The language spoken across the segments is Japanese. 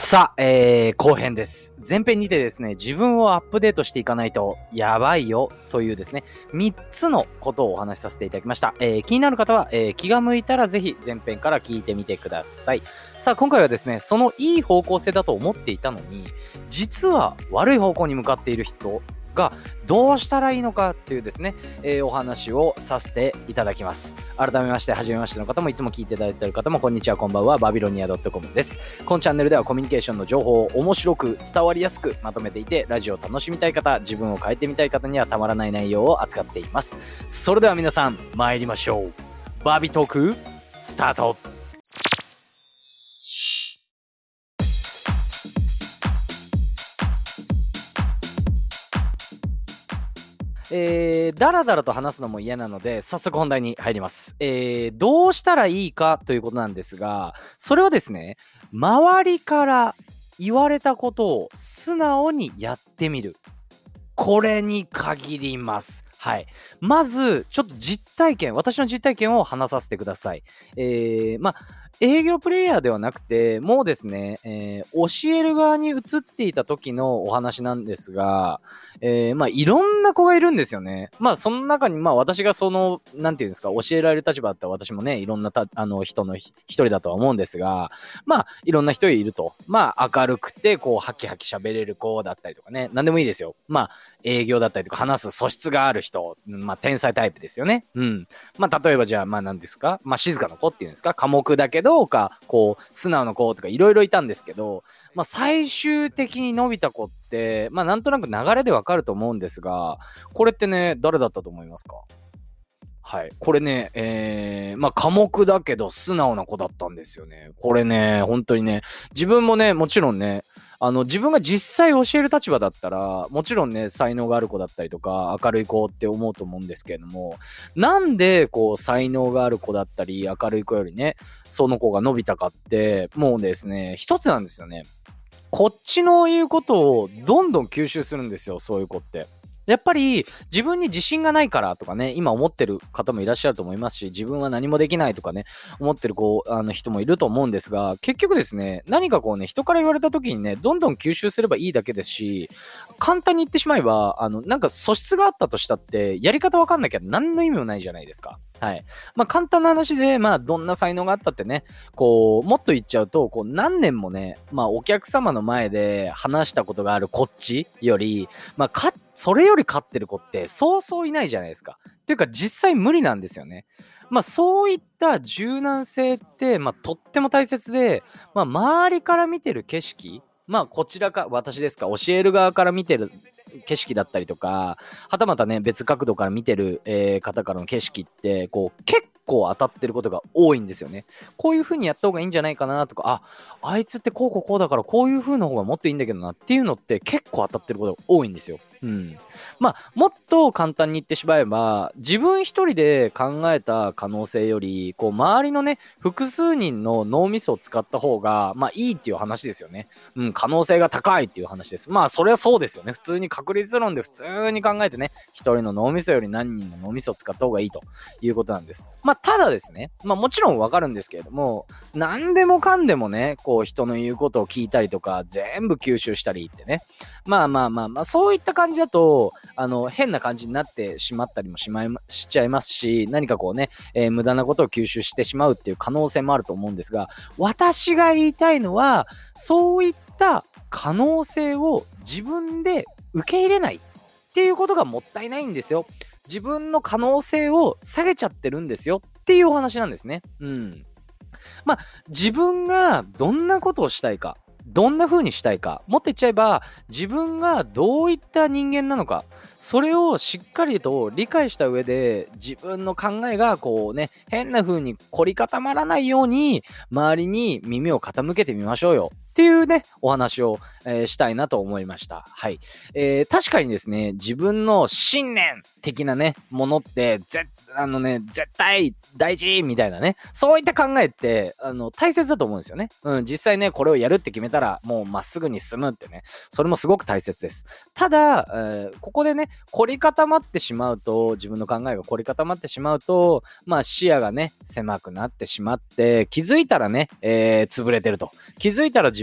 さあ、後編です。前編にてですね、自分をアップデートしていかないとやばいよというですね、3つのことをお話しさせていただきました。気になる方は、気が向いたらぜひ前編から聞いてみてください。さあ、今回はですね、そのいい方向性だと思っていたのに、実は悪い方向に向かっている人がどうしたらいいのかっていうですね、お話をさせていただきます。改めまして、初めましての方もいつも聞いていただいている方もこんにちは、こんばんは。バビロニア .com です。このチャンネルではコミュニケーションの情報を面白く伝わりやすくまとめていて、ラジオを楽しみたい方、自分を変えてみたい方にはたまらない内容を扱っています。それでは皆さん参りましょう。バビトークスタート。だらだらと話すのも嫌なので早速本題に入ります。どうしたらいいかということなんですが、それはですね、周りから言われたことを素直にやってみる、これに限ります。はい。まずちょっと私の実体験を話させてください。営業プレイヤーではなくて、もうですね、教える側に移っていた時のお話なんですが、いろんな子がいるんですよね。その中に、私がなんていうんですか、教えられる立場だったら私もね、いろんな人の一人だとは思うんですが、いろんな人いると。明るくて、ハキハキ喋れる子だったりとかね、なんでもいいですよ。営業だったりとか、話す素質がある人、天才タイプですよね。うん。例えばじゃあ、何ですか、静かな子っていうんですか、寡黙だけど、素直な子とかいろいろいたんですけど、最終的に伸びた子って、なんとなく流れでわかると思うんですが、これってね、誰だったと思いますか？はい。これね、寡黙だけど素直な子だったんですよね。これね、本当にね、自分もね、もちろんね、自分が実際教える立場だったら、もちろんね、才能がある子だったりとか、明るい子って思うと思うんですけれども、なんで、才能がある子だったり、明るい子よりね、その子が伸びたかって、もうですね、一つなんですよね。こっちの言うことをどんどん吸収するんですよ、そういう子って。やっぱり自分に自信がないからとかね、今思ってる方もいらっしゃると思いますし、自分は何もできないとかね、思ってる人もいると思うんですが、結局ですね、何か人から言われた時にね、どんどん吸収すればいいだけですし、簡単に言ってしまえば、なんか素質があったとしたって、やり方わかんなきゃ何の意味もないじゃないですか。はい。簡単な話で、どんな才能があったってね、もっと言っちゃうと、何年もね、お客様の前で話したことがあるこっちより、それより勝ってる子ってそうそういないじゃないですか。っていうか実際無理なんですよね。そういった柔軟性って、とっても大切で、周りから見てる景色、こちらか、私ですか、教える側から見てる景色だったりとか、はたまたね、別角度から見てる、方からの景色って、結構当たってることが多いんですよね。こういう風にやった方がいいんじゃないかなとか、あいつってこうだからこういう風な方がもっといいんだけどなっていうのって結構当たってることが多いんですよ。うん。もっと簡単に言ってしまえば、自分一人で考えた可能性より、周りのね、複数人の脳みそを使った方が、いいっていう話ですよね。うん、可能性が高いっていう話です。それはそうですよね。普通に確率論で普通に考えてね、一人の脳みそより何人の脳みそを使った方がいいということなんです。ただですね、もちろんわかるんですけれども、何でもかんでもね、人の言うことを聞いたりとか、全部吸収したりってね、そういった感じだと、変な感じになってしまったりもしちゃいますし、何か無駄なことを吸収してしまうっていう可能性もあると思うんですが、私が言いたいのは、そういった可能性を自分で受け入れないっていうことがもったいないんですよ。自分の可能性を下げちゃってるんですよっていうお話なんですね。うん。自分がどんなことをしたいか、どんな風にしたいか、もっと言っちゃえば、自分がどういった人間なのか、それをしっかりと理解した上で、自分の考えが変な風に凝り固まらないように、周りに耳を傾けてみましょうよ。っていうね、お話を、したいなと思いました。はい。確かにですね、自分の信念的なね、ものって、絶対大事みたいなね、そういった考えって、大切だと思うんですよね。うん、実際ね、これをやるって決めたら、もうまっすぐに進むってね、それもすごく大切です。ただ、ここでね、凝り固まってしまうと、自分の考えが凝り固まってしまうと、視野がね、狭くなってしまって、気づいたらね、潰れてると。気づいたら自分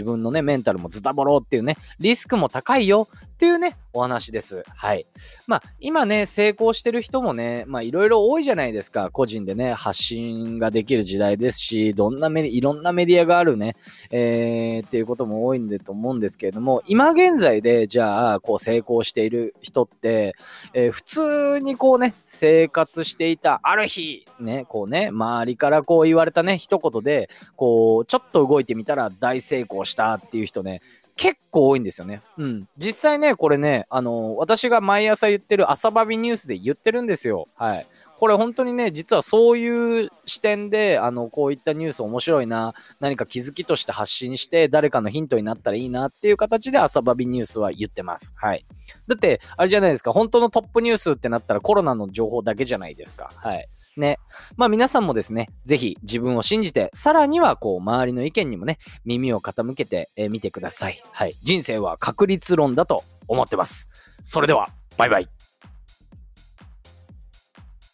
分のね、メンタルもズタボロっていうね、リスクも高いよっていうね、お話です。はい。まあ、今ね、成功してる人もね、まあ、いろいろ多いじゃないですか。個人でね、発信ができる時代ですし、いろんなメディアがあるね、っていうことも多いんでと思うんですけれども、今現在で、じゃあ、こう成功している人って、普通にこうね、生活していたある日、ね、こうね、周りからこう言われたね、一言で、こう、ちょっと動いてみたら大成功したっていう人ね、結構多いんですよね。うん。実際ね、これね、私が毎朝言ってる朝バビニュースで言ってるんですよ。はい。これ本当にね、実はそういう視点で、こういったニュース面白いな、何か気づきとして発信して、誰かのヒントになったらいいなっていう形で朝バビニュースは言ってます。はい。だって、あれじゃないですか、本当のトップニュースってなったらコロナの情報だけじゃないですか。はい。ね。まあ皆さんもですね、ぜひ自分を信じて、さらにはこう周りの意見にもね、耳を傾けてみてください。はい。人生は確率論だと思ってます。それでは、バイバイ。